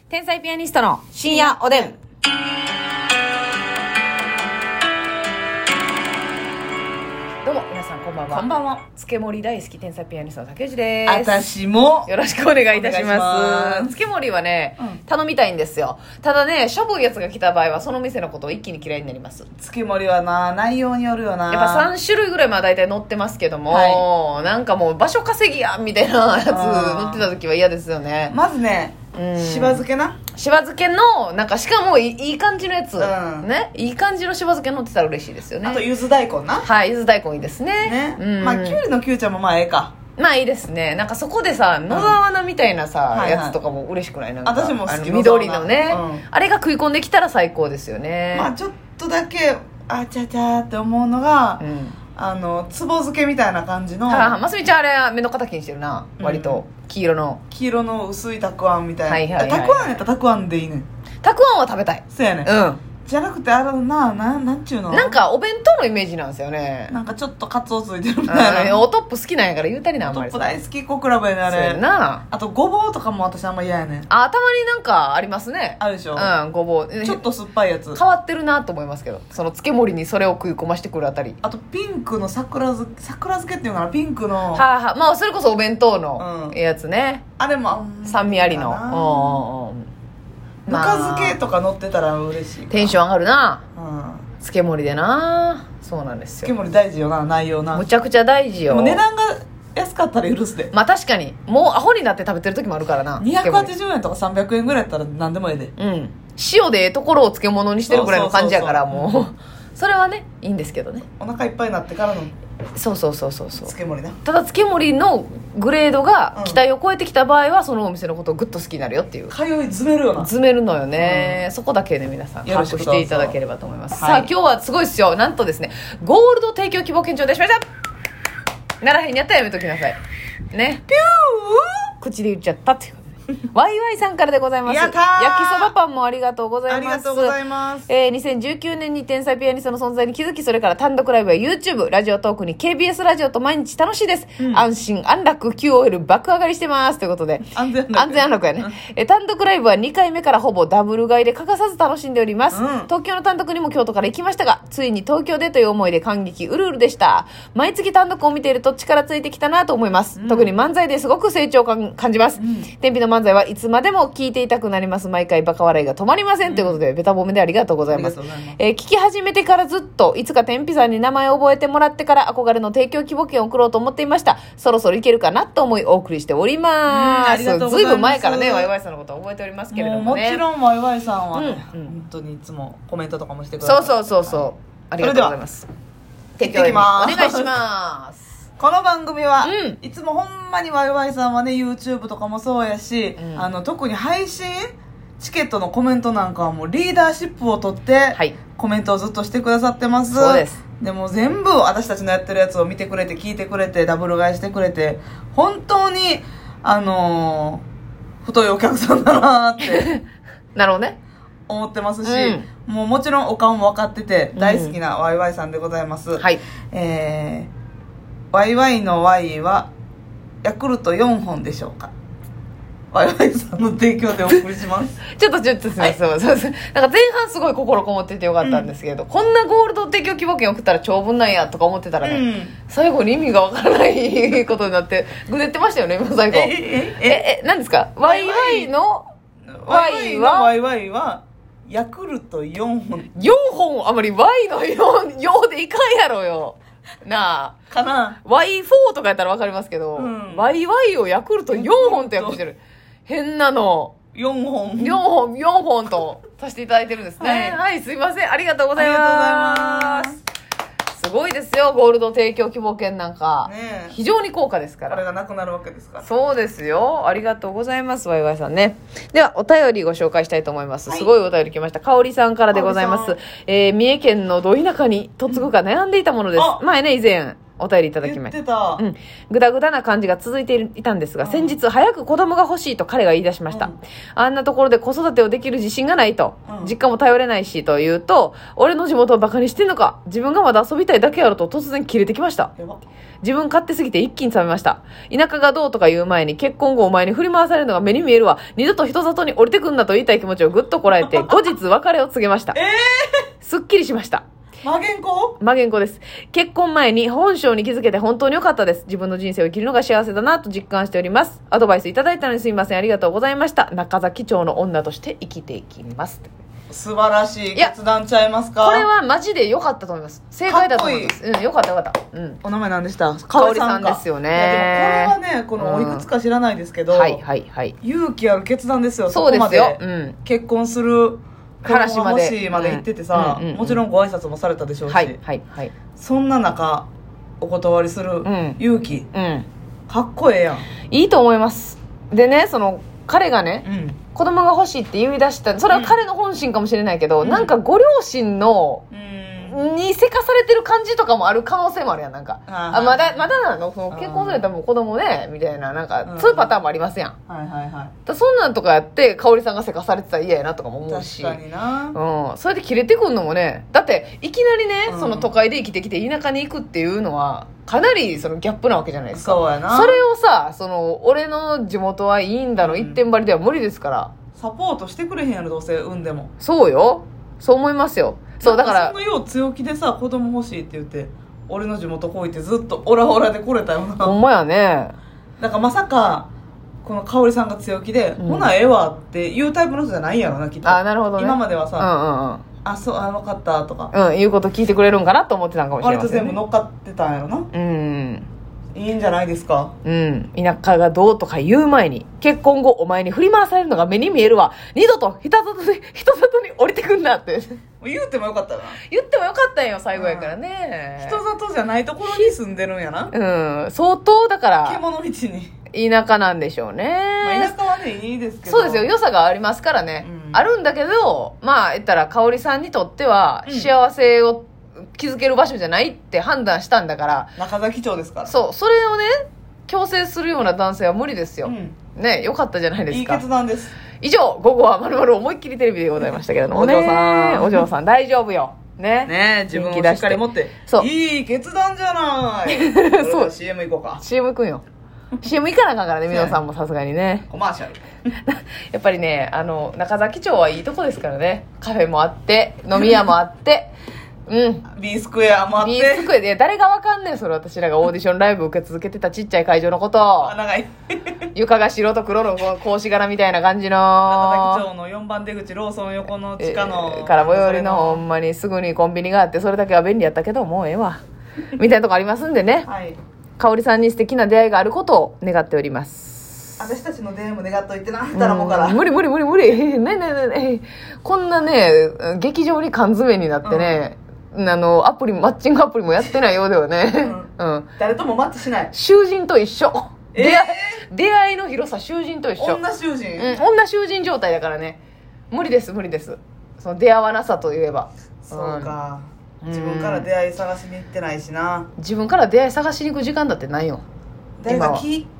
天才ピアニストの深夜おでん。どうも皆さんこんばんは。 こんばんは。 漬物大好き天才ピアニストの竹内です。 私もよろしくお願いいたしお願ます。 いします漬物はね、 うん頼みたいんですよ。ただね、しょぼいやつが来た場合はその店のことを一気に嫌いになります。 漬物はな、内容によるよな。 やっぱ3種類ぐらいまあ大体載ってますけども、 はなんかもう場所稼ぎやみたいなやつあー載ってた時は嫌ですよね。 まずね、 うんしば漬けな。 しば漬けのなんかしかもいい感じのやつ、 うんね、いい感じのしば漬け乗ってたら嬉しいですよね。 あと、柚子大根な。 はい、柚子大根いいですね。 ね。 うん、 まあ、きゅうりのきゅうちゃんもまあ、ええか。 まあいいですね。なんかそこでさ、野沢菜みたいなさ、 はいはいやつとかも嬉しくない？なんか私も好きあの緑のね、 野沢菜うんあれが食い込んできたら最高ですよね。 まあ、ちょっとだけ、あちゃちゃって思うのが、 うん。 つぼ漬けみたいな感じの、 はあ、ますみちゃんあれ目の敵にしてるな、 うん割と黄色の黄色の薄いたくあんみたいな。 はいはいはいたくあんやったらたくあんでいいねん。 たくあんは食べたい。 そうやねん。 うん。 じゃなくて、なんちゅうのなんかお弁当のイメージなんですよね。 なんかちょっとカツオついてるみたいな。 おトップ好きなんやから言うたりな、あんトッまりプ大好き子クラブやねん、あそうやれ。 な。 あと、ごぼうとかも私あんま嫌やねん。 あ、たまになんかありますね。 あるでしょ。 うん、ごぼう。 ちょっと酸っぱいやつ。 変わってるなと思いますけど、その漬物にそれを食い込ましてくるあたり。 あと、ピンクの桜漬けっていうのかな、ピンクの。 はあ、はあ、まあそれこそお弁当のうんやつね。 あれもあんま酸味ありかなの。うんうんうん。 ぬか漬けとか乗ってたら嬉しい。 テンション上がるな。 うん。 漬物でな。そうなんですよ。 漬物大事よな、内容な。 むちゃくちゃ大事よ。 でも値段が安かったら許すで。 まあ確かに、もうアホになって食べてる時もあるからな。漬物 280円とか300円ぐらいやったら何でもええで。 うん。塩でええところを漬物にしてるぐらいの感じやから、 そうそうそうもう。それはね、いいんですけどね。 お腹いっぱいになってからのそうそうそうそうそう。 漬物な。 ただ漬物のグレードが期待を超えてきた場合は、そのお店のことをグッと好きになるよっていう通い詰めるよな。 詰めるのよね、そこだけね皆さん把握よろしくどうぞしていただければと思います、 はいさあ今日はすごいですよ。なんとですね、ゴールド提供希望券頂戴しました。ならへんにやったらやめときなさいね。ピュー口で言っちゃったっていうワイワイさんからでございます。 やったー焼きそばパンもありがとうございます。 ありがとうございます。 2019年に天才ピアニストの存在に気づき、それから単独ライブや YouTube、ラジオトークに KBS ラジオと毎日楽しいです。安心安楽 QOL 爆上がりしてますということで、 安全安楽やね、単独ライブは2回目からほぼダブル買いで欠かさず楽しんでおります、東京の単独にも京都から行きましたが、ついに東京でという思いで感激うるうるでした。毎月単独を見ていると力ついてきたなと思います、特に漫才ですごく成長感感じます、天日の漫才はいつまでも聞いていたくなります。毎回バカ笑いが止まりません、ということでベタ褒めでありがとうございます。 ありがとうございます聞き始めてからずっといつか天日さんに名前を覚えてもらってから憧れの提供希望券を送ろうと思っていました。そろそろいけるかなと思いお送りしております。 ありがとうございます。 ずいぶん前からねワイワイさんのことを覚えておりますけれどもね。 もちろんワイワイさんはね、 うんうん本当にいつもコメントとかもしてください。 そうそうそうそう、ありがとうございます。提供行ってきますお願いしますこの番組は、 うんいつもほんまにワイワイさんはね YouTube とかもそうやし、 うん特に配信チケットのコメントなんかはもうリーダーシップを取って、 はいコメントをずっとしてくださってます。 そうです。 でも全部私たちのやってるやつを見てくれて聞いてくれてダブル買いしてくれて本当に太いお客さんだなってなるほどね。 思ってますし、 うもちろんお顔も分かってて大好きなワイワイさんでございます、 はい。 ワイワイの Y はヤクルト4本でしょうか。ワイワイさんの提供でお送りしますちょっとすみません、そうなんか前半すごい心こもっててよかったんですけど、こんなゴールド提供希望券送ったら長文なんやとか思ってたらね、最後に意味がわからないことになってぐねってましたよね今最後。何ですか？ワイワイの Y はワイワイはヤクルト4本 4本、あまり Y の4でいかんやろよなあ。 かな。 Y4 とかやったらわかりますけど、YY をヤクルト4本と訳してる変なの 4本 4本とさせていただいてるんですね。はい、すいません、ありがとうございます。 ありがとうございます。 すごいですよ、ゴールド提供希望券なんか、 ねえ非常に高価ですかこれら。 がなくなるわけですから。 そうですよ、ありがとうございます、ワイワイさんね。ではお便りご紹介したいと思います、 はいすごいお便り来ました。香織さんからでございます。三重県のど田舎に嫁ぐか悩んでいたものです。 あ前ね以前お便りいただきました。 言ってた。 うん。ぐだぐだな感じが続いていたんですが、先日早く子供が欲しいと彼が言い出しました。あんなところで子育てをできる自信がないと、実家も頼れないしと言うと、俺の地元をバカにしてんのか、自分がまだ遊びたいだけやろと突然切れてきました。自分勝手すぎて一気に冷めました。田舎がどうとか言う前に結婚後お前に振り回されるのが目に見えるわ。二度と人里に降りてくんなと言いたい気持ちをぐっとこらえて、後日別れを告げました。すっきりしました。 マゲンコです。結婚前に本性に気づけて本当に良かったです。自分の人生を生きるのが幸せだなと実感しております。アドバイスいただいたのにすみません。ありがとうございました。中崎町の女として生きていきます。 素晴らしい決断ちゃいますか。 これはマジで良かったと思います。正解だと思います。良かった良かった。 お名前何でした？ かおりさんですよね。 いやでもこれはね、このおいくつか知らないですけど、 はいはいはい。 勇気ある決断ですよ。 そうですよ。 結婚する話まで欲しいまで行っててさ、もちろんご挨拶もされたでしょうし、 はいはいはい。 そんな中お断りする勇気、かっこええやん。 いいと思います。でね、その彼がね、子供が欲しいって言い出した、それは彼の本心かもしれないけど、なんかご両親の、にせかされてる感じとかもある可能性もあるやん。なんかまだなの、その結婚するともう子供ねみたいな、なんかそういうパターンもありますやん。 はいはいはい。 だそんなんとかやって香織さんがせかされてたら嫌やなとかも思うし、 確かにな。 それで切れてくんのもね、だっていきなりね、その都会で生きてきて田舎に行くっていうのはかなりそのギャップなわけじゃないですか。 そうやな。 それをさ、その俺の地元はいいんだの一点張りでは無理ですから、 サポートしてくれへんやろ、どうせ産んでも。 そうよ、そう思いますよ。そうだからそのよう強気でさ、子供欲しいって言って俺の地元来いってずっとオラオラで来れたよな。 ほんまやね。 だからまさかこの香織さんが強気で、ほなええわって言うタイプの人じゃないんやろな、きっと。 あ、なるほどね。 今まではさ、あ、そう、分かったとか、 言うこと聞いてくれるんかなと思ってたんかもしれませんね。 割と全部乗っかってたんやろな。いいんじゃないですか。 田舎がどうとか言う前に、結婚後お前に振り回されるのが目に見えるわ。二度と人里に降りてくんなって言うてもよかったな。 言ってもよかったんよ、最後やからね。 人里じゃないところに住んでるんやな。 相当だから獣道に田舎なんでしょうね。 田舎はねいいですけど、 そうですよ、良さがありますからね、あるんだけど、まあ言ったら香織さんにとっては幸せを築ける場所じゃないって判断したんだから、 中崎町ですから。 そう、それをね強制するような男性は無理ですよ、ね、よかったじゃないですか。 いい決断です。 以上、午後はまるまる思いっきりテレビでございましたけども、 お嬢さんお嬢さん大丈夫よね、 自分をしっかり持って。 そう、 いい決断じゃないそう、CM 行こうか。 CM 行くんよCM 行かなあかんからね、皆さんもさすがにね。 コマーシャルやっぱりね、中崎町はいいとこですからね。カフェもあって飲み屋もあって B スクエアもあって。 B スクエアで誰がわかんねん、それ。私らがオーディションライブ受け続けてたちっちゃい会場のこと長い床が白と黒の格子柄みたいな感じの中崎町の4番出口ローソン横の地下のから最寄りのほんまにすぐにコンビニがあって、それだけは便利やったけどもうええわみたいなとこありますんでね、香織さんに素敵な出会いがあることを願っております。 私たちの出会いも願っといてな、頼もうから。 無理ねこんなね劇場に缶詰になってね、アプリマッチングアプリもやってないようではね、 誰ともマッチしない。 囚人と一緒、出会いの広さ囚人と一緒。 女囚人、 女囚人状態だからね、無理です。その出会わなさといえば。 そうか、自分から出会い探しに行ってないしな。 自分から出会い探しに行く時間だってないよ。 誰が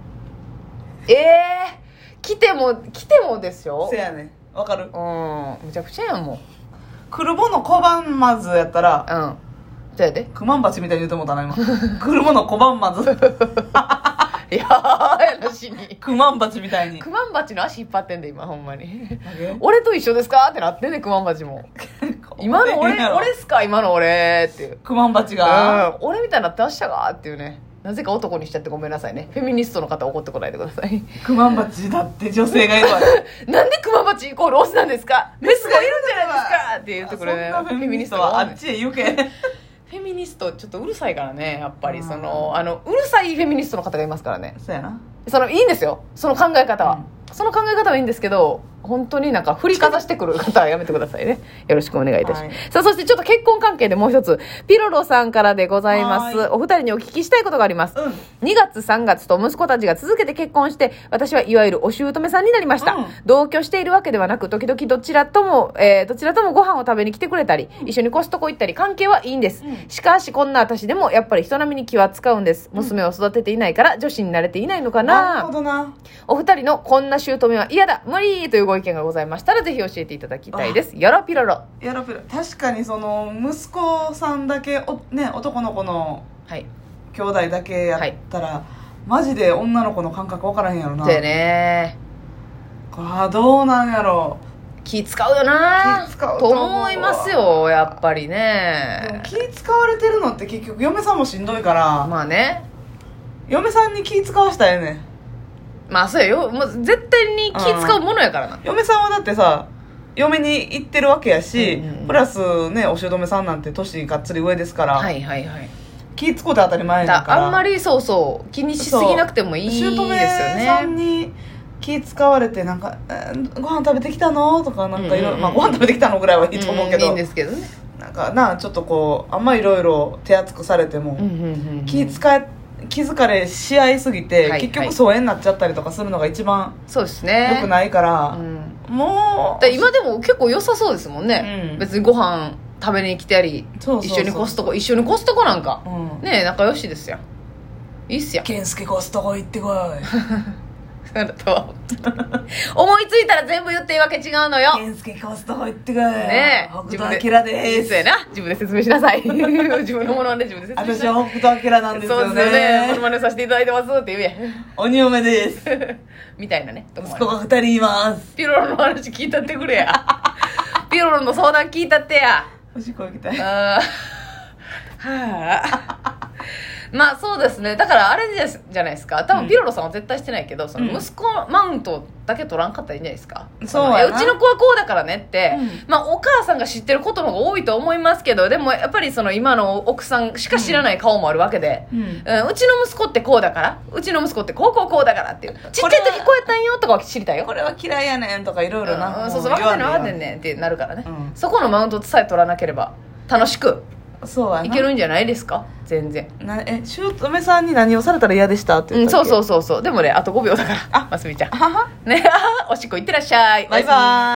来てもですよ。 せやねん、わかる。 むちゃくちゃやんもう。 クルボの小判まずやったら、 そうやで。 クマンバチみたいに言うと思ったな今クルボの小判まずいやーやなしにクマンバチみたいに。 クマンバチの足引っ張ってんで今ほんまに俺と一緒ですかってなってんね、クマンバチも今の俺っすか今の俺っていう。 クマンバチが、 俺みたいになってましたがっていうね。なぜか男にしちゃってごめんなさいね。フェミニストの方怒ってこないでください。 クマンバチだって女性がいるわなんでクマンバチイコールオスなんですか、メスがいるんじゃないですかって言ってくれね。 そんなフェミニストはあっちへ行けフェミニストちょっとうるさいからね、やっぱりうるさいフェミニストの方がいますからね。 そうやな。 いいんですよ、その考え方は、その考え方はいいんですけど、 本当になんか振りかざしてくる方はやめてくださいね。よろしくお願いいたします。 はいさあ、そしてちょっと結婚関係でもう一つ、ピロロさんからでございます。 はいお二人にお聞きしたいことがあります。 うん 2月3月と息子たちが続けて結婚して、私はいわゆるお姑さんになりました。 うん同居しているわけではなく、時々どちらともご飯を食べに来てくれたり、一緒にコストコ行ったり、関係はいいんです。しかし、こんな私でもやっぱり人並みに気は使うんです。娘を育てていないから女子に慣れていないのかなるな。 ほどな。 お二人のこんな姑は嫌だ、無理というご意見がございましたら、ぜひ教えていただきたいです。よろピロロ。 やろぴろ、確かにその息子さんだけ男の子のはい。 兄弟だけやったら、マジで女の子の感覚分からへんやろな。 でね、 どうなんやろ。 気使うよな。 気使うとと思うわ思いますよ、やっぱりでもね。 気使われてるのって結局嫁さんもしんどいから、 まあね。 嫁さんに気使わしたらええねん。 まあそうよ。もう絶対に気使うものやからな。 嫁さんはだってさ、嫁に行ってるわけやし、 うんうんうんプラスね、お姑さんなんて年がっつり上ですから、 はいはいはい。 気使うて当たり前やねんから。 あんまりそうそう気にしすぎなくてもいいですよ姑ね。 さんに気使われてなんか、ご飯食べてきたのとかなんかいろいろ、 うんうんうんまあご飯食べてきたのぐらいはいいと思うけど、 いいんですけどね。 なんかな、ちょっとこうあんまいろいろ手厚くされても、気疲れし合いすぎて、 はい結局疎遠になっちゃったりとかするのが一番そうですね。 良くないから、 うんもうだ今でも結構良さそうですもんね、 うん別にご飯食べに来たり、 そうそうそう一緒にコストコなんか、 うんねえ仲良しですよ。いいっすよ。 健介コストコ行ってこいあなたは思いついたら全部言っていいわけ違うのよ。 健介コストコ行ってこいねえ北斗晶いいっですすよな。自分で説明しなさい。自分のものなんで自分で説明し私なさい。 は北斗晶なんですよそうですよね。モノねマネさせていただいてますって言うやん。 鬼嫁ですみたいなね。とこもある息子が2人いますピロロの話聞いたってくれや。ピロロの相談聞いたってや。 おしっこ行きたいあーはあ。まあそうですね。だからあれですじゃないですか。多分ピロロさんは絶対してないけど、その息子マウントだけ取らんかったらいいんじゃないですか。 そうやなうちの子はこうだからねって、 うんまあお母さんが知ってることの方が多いと思いますけど、でもやっぱりその今の奥さんしか知らない顔もあるわけで、 うんうちの息子ってこうだから、うちの息子ってこうだからっていう、ちっちゃい時こうやったんよとかは知りたいよ。 これは嫌いやねんとかいろいろな、 そうそう、分かってんねん分かってんねねんってなるからね、 うんそこのマウントさえ取らなければ楽しくそうやないけるんじゃないですか。全然。 姑さんに何をされたら嫌でしたってうん、 言ったっけそうでもねあと5秒だから、ますみちゃんははねおしっこいってらっしゃい。 バイバーイ。